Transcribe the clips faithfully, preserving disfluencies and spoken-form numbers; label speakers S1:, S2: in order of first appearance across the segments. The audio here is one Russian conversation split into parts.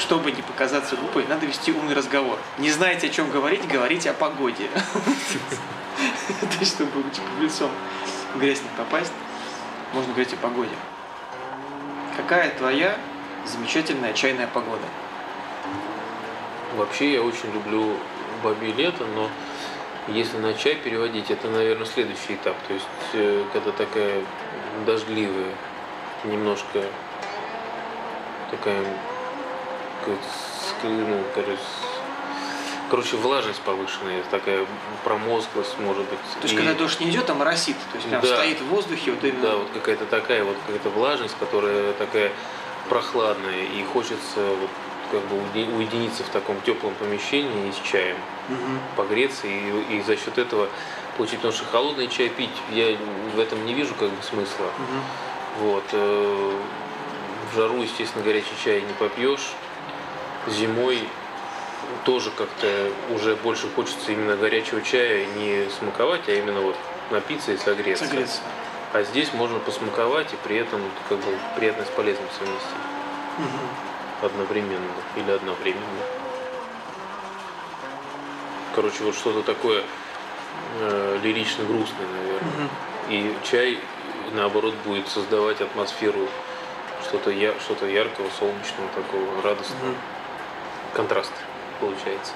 S1: чтобы не показаться глупой, надо вести умный разговор. Не знаете, о чем говорить, говорите о погоде. То есть, чтобы лицом в грязь не попасть, можно говорить о погоде. Какая твоя замечательная чайная погода?
S2: Вообще я очень люблю бабье лето, но если на чай переводить, это, наверное, следующий этап. То есть, когда такая дождливая, немножко такая, ну, короче, короче, влажность повышенная, такая промозглость, может быть.
S1: То есть,
S2: и...
S1: когда дождь не идет, там моросит, то есть прям
S2: да.
S1: стоит в воздухе, вот именно.
S2: Да, вот какая-то такая вот какая-то влажность, которая такая прохладная, и хочется вот как бы уединиться в таком теплом помещении с чаем, угу. погреться и, и за счет этого получить, потому что холодный чай пить я в этом не вижу как бы смысла. Угу. Вот. В жару, естественно, горячий чай не попьешь. Зимой тоже как-то уже больше хочется именно горячего чая не смаковать, а именно вот напиться и согреться.
S1: Согреться.
S2: А здесь можно посмаковать и при этом как бы приятно с полезным совместить. Угу. Одновременно или одновременно. Короче, вот что-то такое э, лирично грустное, наверное. Угу. И чай, наоборот, будет создавать атмосферу что-то я, что-то яркого, солнечного, такого радостного. Угу. Контраст получается.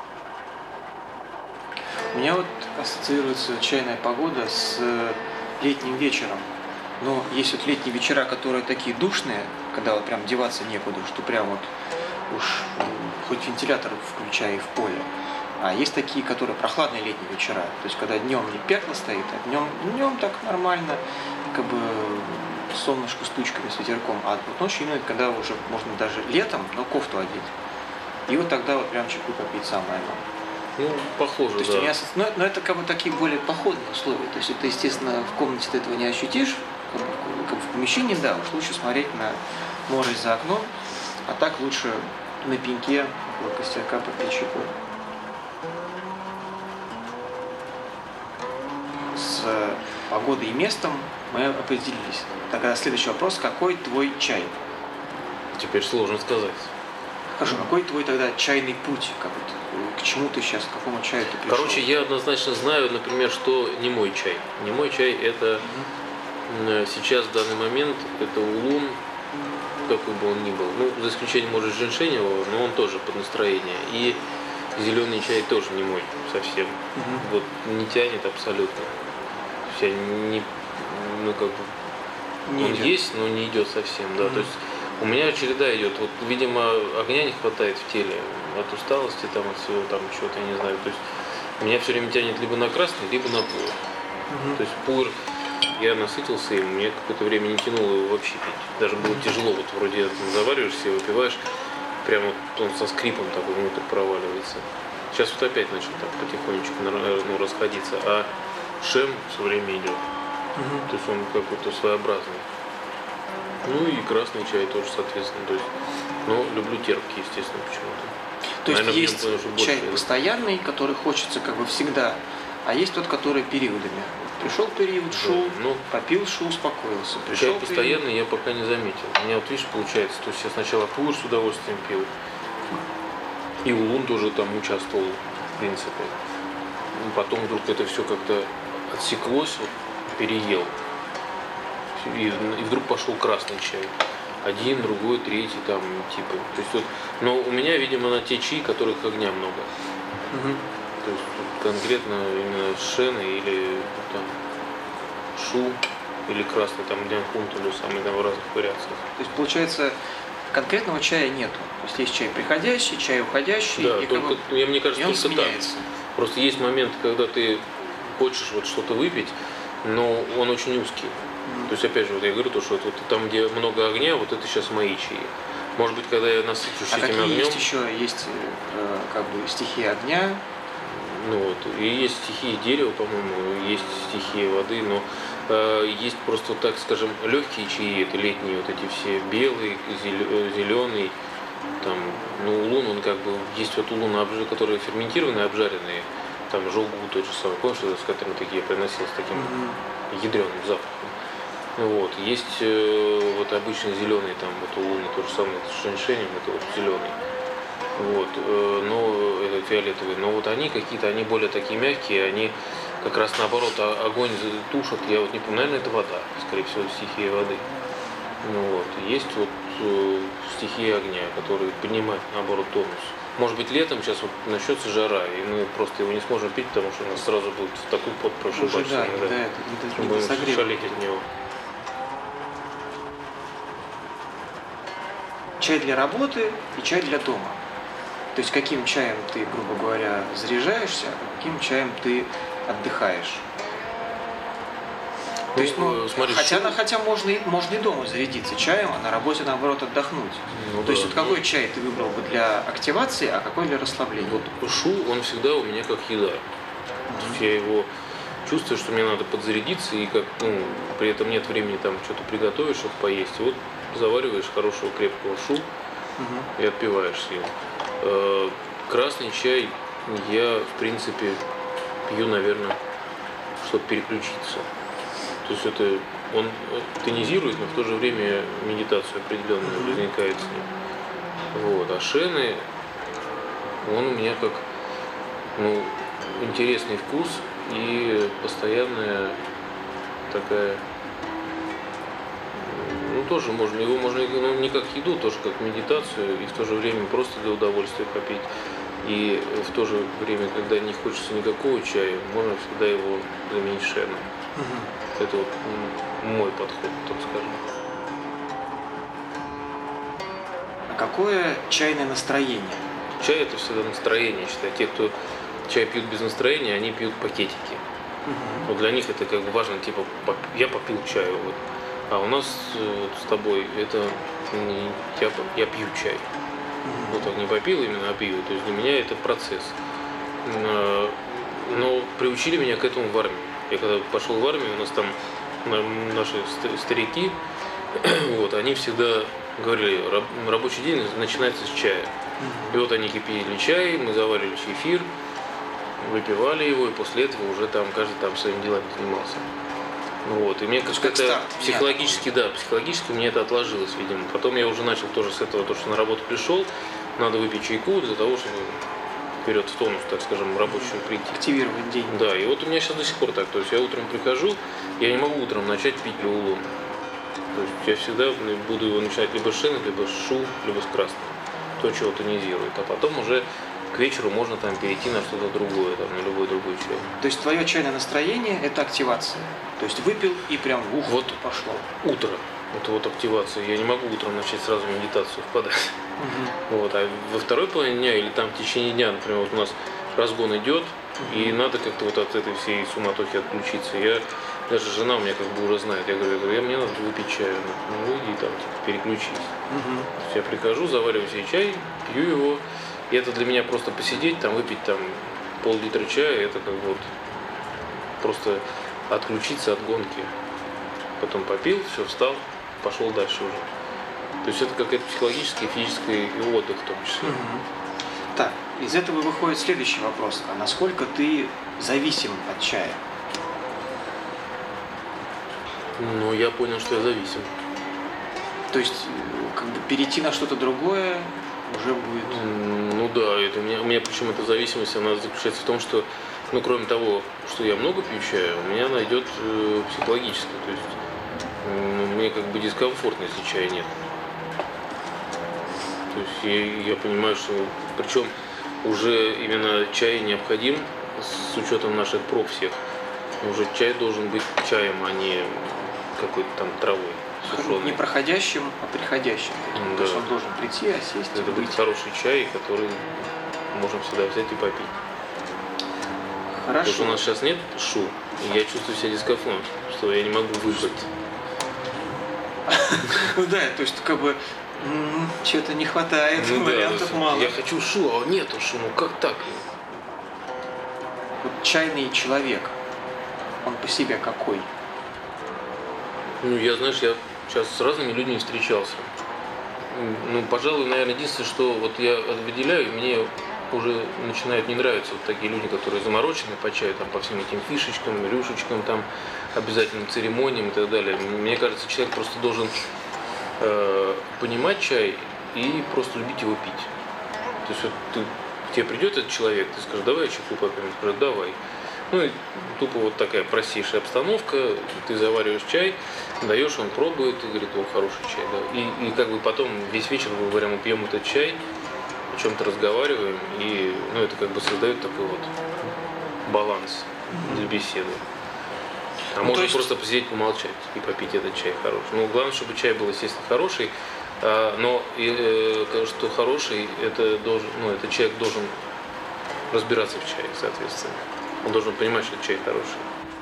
S1: У меня вот ассоциируется чайная погода с летним вечером. Но есть вот летние вечера, которые такие душные, когда вот прям деваться некуда, что прям вот уж хоть вентилятор включай в поле. А есть такие, которые прохладные летние вечера. То есть когда днем не пекло стоит, а днем, днем так нормально, как бы солнышко с тучками, с ветерком. А вот ночью именно, когда уже можно даже летом, но кофту одеть. И вот тогда вот прям чайку попить самое оно.
S2: Ну, похоже,
S1: то есть,
S2: да.
S1: У меня, но, но это как бы такие более походные условия. То есть это, естественно, в комнате ты этого не ощутишь, как бы, как в помещении, да, уж лучше смотреть на море за окном, а так лучше на пеньке около костерка попить чайку. С погодой и местом мы определились. Тогда следующий вопрос: какой твой чай?
S2: Теперь сложно сказать.
S1: Хорошо, какой твой тогда чайный путь? Как вот, к чему ты сейчас, к какому чаю ты пришел?
S2: Короче, я однозначно знаю, например, что не мой чай. Не мой чай это угу. сейчас, в данный момент, это улун, какой бы он ни был. Ну, за исключением, может, женьшеневого, но он тоже под настроение. И зеленый чай тоже не мой совсем. Угу. Вот не тянет абсолютно. То есть я не, ну как бы, не он идет. Есть, но не идет совсем, да. Угу. То есть у меня череда идет. Вот, видимо, огня не хватает в теле от усталости, там, от всего, там, чего-то, я не знаю. То есть меня все время тянет либо на красный, либо на пуэр. Угу. То есть пуэр, я насытился им, мне какое-то время не тянуло его вообще пить. Даже было тяжело, вот вроде завариваешься, выпиваешь, прямо он со скрипом такой внутрь проваливается. Сейчас вот опять начал так потихонечку ну, расходиться, а шем все время идет. Угу. То есть он какой-то своеобразный. Ну и красный чай тоже, соответственно. То есть, но люблю терпкий, естественно, почему-то.
S1: То
S2: Наверное,
S1: есть есть чай это. постоянный, который хочется как бы всегда, а есть тот, который периодами. Пришел период, шел, да, ну, попил, шел, успокоился. Пришел
S2: чай постоянный я пока не заметил. У меня вот видишь, получается, то есть я сначала пуэр с удовольствием пил, и улун тоже там участвовал, в принципе. Потом вдруг это все как-то отсеклось, вот, переел. И, и вдруг пошел красный чай. Один, другой, третий, там, типа. То есть вот, но у меня, видимо, на те чаи, которых огня много. Угу. То есть конкретно именно шены или там шу или красный, там дянхунт или самые там в разных вариациях.
S1: То есть получается конкретного чая нету. То есть есть чай приходящий, чай уходящий.
S2: Да,
S1: и
S2: только,
S1: как бы,
S2: я, мне кажется,
S1: и он
S2: только
S1: сменяется.
S2: так. Просто есть момент, когда ты хочешь вот что-то выпить, но он очень узкий. Mm. То есть, опять же, вот я говорю, то, что вот, вот, там, где много огня, вот это сейчас мои чаи. Может быть, когда я насыщусь
S1: а
S2: этим
S1: какие
S2: огнем...
S1: есть еще? Есть э, как бы стихии огня?
S2: Ну вот, и есть стихии дерева, по-моему, есть стихии воды, но э, есть просто, вот, так скажем, легкие чаи, это летние, вот эти все белый, зеленый, там, ну, улун, он как бы, есть вот улуны, которые ферментированные, обжаренные, там, жолгу тот же самый, помнишь, с которыми такие я приносил с таким mm-hmm. ядреным запахом. Вот. Есть э, вот обычный зеленый, там вот у луни то же самое с женьшенем, это вот зеленый. Вот, э, но это фиолетовый. Но вот они какие-то, они более такие мягкие, они как раз наоборот огонь тушат. Я вот не помню, наверное, это вода, скорее всего, стихия воды. Ну вот. Есть вот э, стихия огня, который поднимает наоборот тонус. Может быть, летом сейчас вот начнется жара, и мы просто его не сможем пить, потому что у нас сразу будет в такой пот прошибать.
S1: Уже, да, да, да, это, это,
S2: будем
S1: это
S2: шалить от него.
S1: Чай для работы и чай для дома. То есть каким чаем ты, грубо говоря, заряжаешься, а каким чаем ты отдыхаешь. То есть, ну,
S2: смотри,
S1: хотя,
S2: шу...
S1: хотя можно, и, можно и дома зарядиться чаем, а на работе, наоборот, отдохнуть.
S2: Ну,
S1: То
S2: да,
S1: есть, вот
S2: ну...
S1: какой чай ты выбрал бы для активации, а какой для расслабления?
S2: Вот шу, он всегда у меня как еда. Mm-hmm. Я его чувствую, что мне надо подзарядиться, и как, ну, при этом нет времени там что-то приготовить, чтобы поесть. И вот завариваешь хорошего крепкого шу mm-hmm. и отпиваешь его. Красный чай я, в принципе, пью, наверное, чтобы переключиться. То есть это он тонизирует, но в то же время медитация определенная возникает с ним. Вот. А шены, он у меня как, ну, интересный вкус и постоянная такая, ну, тоже можно, его можно, ну, не как еду, тоже как медитацию, и в то же время просто для удовольствия попить. И в то же время, когда не хочется никакого чая, можно всегда его заменить шеном. Угу. Это вот мой подход, так скажем.
S1: А какое чайное настроение?
S2: Чай — это всегда настроение, я считаю. Те, кто чай пьют без настроения, они пьют пакетики. Угу. Вот для них это как бы важно, типа, я попил чаю. Вот. А у нас вот, с тобой это я, я пью чай. Mm-hmm. Вот так не попил именно, а пью. То есть для меня это процесс. Но приучили меня к этому в армии. Я когда пошел в армию, у нас там наши старики, вот, они всегда говорили, рабочий день начинается с чая. Mm-hmm. И вот они кипели чай, мы заварили чефир, выпивали его, и после этого уже там каждый там своими делами занимался. Вот. И мне как
S1: как
S2: это психологически, да, психологически мне это отложилось, видимо. Потом я уже начал тоже с этого, то, что на работу пришел, надо выпить чайку для того, чтобы вперед в тонус, так скажем, рабочему прийти.
S1: Активировать день.
S2: Да, и вот у меня сейчас до сих пор так. То есть я утром прихожу, я не могу утром начать пить улун. То есть я всегда буду его начинать либо с шены, либо с шу, либо с красным. То, чего тонизирует. А потом уже к вечеру можно там перейти на что-то другое, там, на любой другой чай.
S1: То есть твое чайное настроение – это активация? То есть выпил и прям ух,
S2: вот
S1: пошло.
S2: Утро. Это вот активация. Я не могу утром начать сразу в медитацию впадать. Угу. Вот. А во второй половине дня или там в течение дня, например, вот у нас разгон идет, угу. и надо как-то вот от этой всей суматохи отключиться. Я, даже жена у меня как бы уже знает. Я говорю, я говорю я, мне надо выпить чаю. Ну иди там, типа, переключись. Угу. Я прихожу, завариваю себе чай, пью его. И это для меня просто посидеть, там, выпить там пол-литра чая, это как бы вот просто отключиться от гонки. Потом попил, все, встал, пошел дальше уже. То есть это какая-то психологическая, физическая и отдых в том числе.
S1: Угу. Так, из этого выходит следующий вопрос. А насколько ты зависим от чая?
S2: Ну, я понял, что я зависим.
S1: То есть, как бы перейти на что-то другое уже будет...
S2: Ну да, это у меня, у меня причем эта зависимость, она заключается в том, что, ну, кроме того, что я много пью чая, у меня она идет э, психологически. То есть э, мне как бы дискомфортно, если чая нет. То есть я, я понимаю, что причем уже именно чай необходим с учетом наших проб всех. Уже чай должен быть чаем, а не какой-то там травой. Сушеный.
S1: Не проходящим, а приходящим. Да. То есть он должен прийти, осесть.
S2: Это будет хороший чай, который можно всегда взять и попить.
S1: Хорошо.
S2: Потому что у нас сейчас нет шу, и я чувствую себя дискомфортно, что я не могу выпить.
S1: Ну да, то есть как бы что-то не хватает, вариантов мало.
S2: Я хочу шу, а нету шу, ну как так?
S1: Вот чайный человек, он по себе какой?
S2: Ну, я, знаешь, я сейчас с разными людьми встречался. Ну, пожалуй, наверное, единственное, что вот я выделяю, мне уже начинают не нравиться вот такие люди, которые заморочены по чаю, там, по всем этим фишечкам, рюшечкам, там, обязательным церемониям и так далее. Мне кажется, человек просто должен э, понимать чай и просто любить его пить. То есть вот ты, к тебе придет этот человек, ты скажешь, давай чайку попьем, он скажет, давай. Ну и тупо вот такая простейшая обстановка, ты завариваешь чай, даешь, он пробует и говорит, о, хороший чай, да. И, и как бы потом весь вечер, грубо говоря, мы пьем этот чай, о чем-то разговариваем, и ну, это как бы создает такой вот баланс для беседы. А
S1: ну,
S2: можно
S1: есть...
S2: просто посидеть, помолчать и попить этот чай хороший. Ну, главное, чтобы чай был, естественно, хороший, а, но и, э, что хороший, это должен, ну, этот человек должен разбираться в чае, соответственно. Он должен понимать, что чай хороший.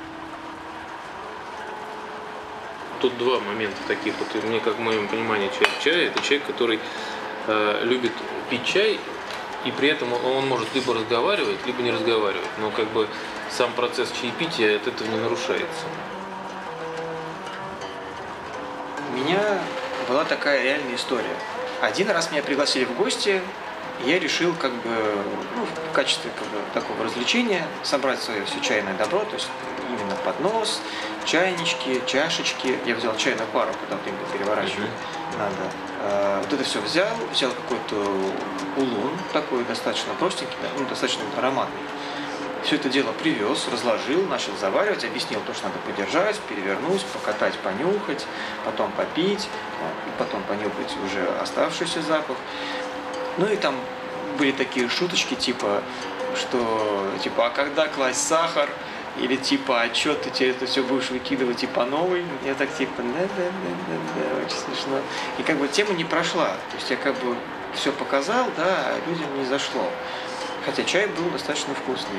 S2: Тут два момента таких. Вот, мне, как в моем понимании, человек чая, это человек, который э, любит пить чай, и при этом он может либо разговаривать, либо не разговаривать. Но как бы сам процесс чаепития от этого не нарушается.
S1: У меня была такая реальная история. Один раз меня пригласили в гости, и я решил как бы, ну, в качестве как бы, такого развлечения собрать свое все чайное добро, то есть именно поднос, чайнички, чашечки. Я взял чайную пару, когда вот именно переворачивать mm-hmm. надо. А, вот это все взял, взял какой-то улун, такой достаточно простенький, ну, достаточно ароматный. Все это дело привез, разложил, начал заваривать, объяснил то, что надо подержать, перевернуть, покатать, понюхать, потом попить, потом понюхать уже оставшийся запах. Ну и там были такие шуточки, типа, что, типа, а когда класть сахар? Или типа, а что ты тебе это все будешь выкидывать и по новой? Я так типа, да-да-да-да-да, очень смешно. И как бы тема не прошла. То есть я как бы все показал, да, а людям не зашло. Хотя чай был достаточно вкусный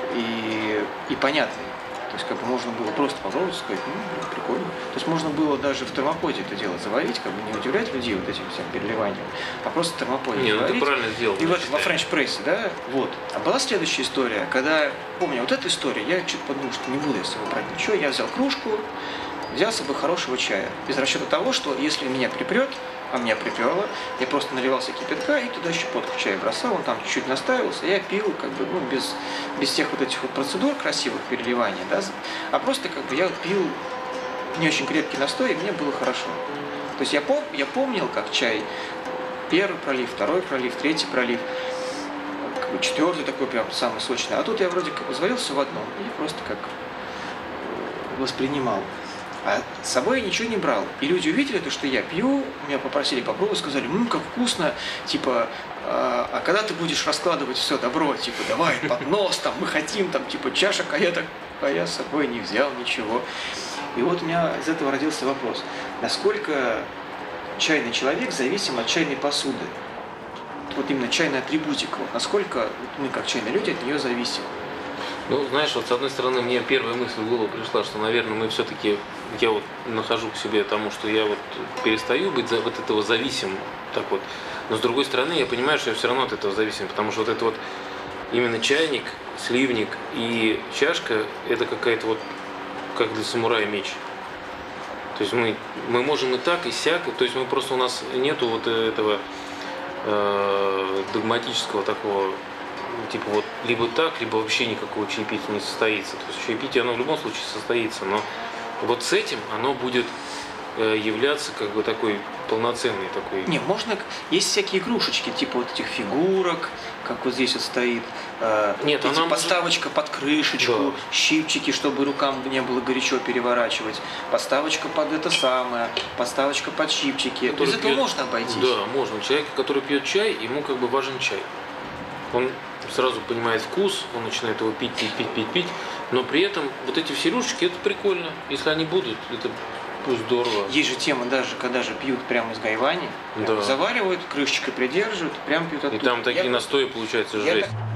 S1: и, и понятный. То есть как бы можно было просто попробовать и сказать, ну, блин, прикольно. То есть можно было даже в термоподе это дело заварить, как бы не удивлять людей вот этим всем переливанием, а просто в термоподе
S2: не,
S1: заварить.
S2: Ну ты правильно сделал.
S1: И вот во френч-прессе, да, вот. А была следующая история, когда, помню, вот эта история, я что-то подумал, что не буду я с собой брать ничего, я взял кружку, взял с собой хорошего чая. Без расчета того, что если меня припрет, а меня приперло, я просто наливался кипятка и туда щепотку чая бросал, он там чуть-чуть настаивался, я пил как бы, ну, без, без всех вот этих вот процедур красивых переливания, да, а просто как бы я пил не очень крепкий настой, и мне было хорошо. То есть я, пом, я помнил, как чай, первый пролив, второй пролив, третий пролив, как бы четвертый такой прям самый сочный, а тут я вроде как заварил все в одном и просто как воспринимал. А с собой я ничего не брал. И люди увидели то, что я пью, меня попросили попробовать, сказали, ну, как вкусно, типа, а, а когда ты будешь раскладывать все добро, типа, давай, поднос, там, мы хотим, там, типа, чашек, а я так, а я с собой не взял ничего. И вот у меня из этого родился вопрос, насколько чайный человек зависим от чайной посуды? Вот именно чайная атрибутика, вот насколько мы, как чайные люди, от нее зависим?
S2: Ну, знаешь, вот с одной стороны, мне первая мысль в голову пришла, что, наверное, мы все-таки, я вот нахожу к себе тому, что я вот перестаю быть за, вот этого зависим, так вот. Но с другой стороны, я понимаю, что я все равно от этого зависим, потому что вот это вот именно чайник, сливник и чашка, это какая-то вот, как для самурая меч. То есть мы, мы можем и так, и сяк, то есть мы просто, у нас нету вот этого э, догматического такого, типа вот либо так, либо вообще никакого чаепития не состоится. То есть чаепитие оно в любом случае состоится, но вот с этим оно будет э, являться как бы такой полноценной такой.
S1: Не, можно, есть всякие игрушечки, типа вот этих фигурок, как вот здесь вот стоит. Э,
S2: Нет,
S1: эти
S2: она
S1: подставочка
S2: может...
S1: под крышечку, да. Щипчики, чтобы рукам не было горячо переворачивать, подставочка под это самое, подставочка под щипчики. Который Без этого
S2: пьет...
S1: можно обойтись.
S2: Да, можно. Человек, который пьет чай, ему как бы важен чай. Он сразу понимает вкус, он начинает его пить, пить, пить, пить, пить, но при этом вот эти все рюшечки, это прикольно. Если они будут, это здорово.
S1: Есть же тема даже, когда же пьют прямо из гайвани,
S2: да.
S1: заваривают, крышечкой придерживают, прям пьют оттуда.
S2: И там такие
S1: я
S2: настои, получается,
S1: я
S2: жесть.
S1: Так...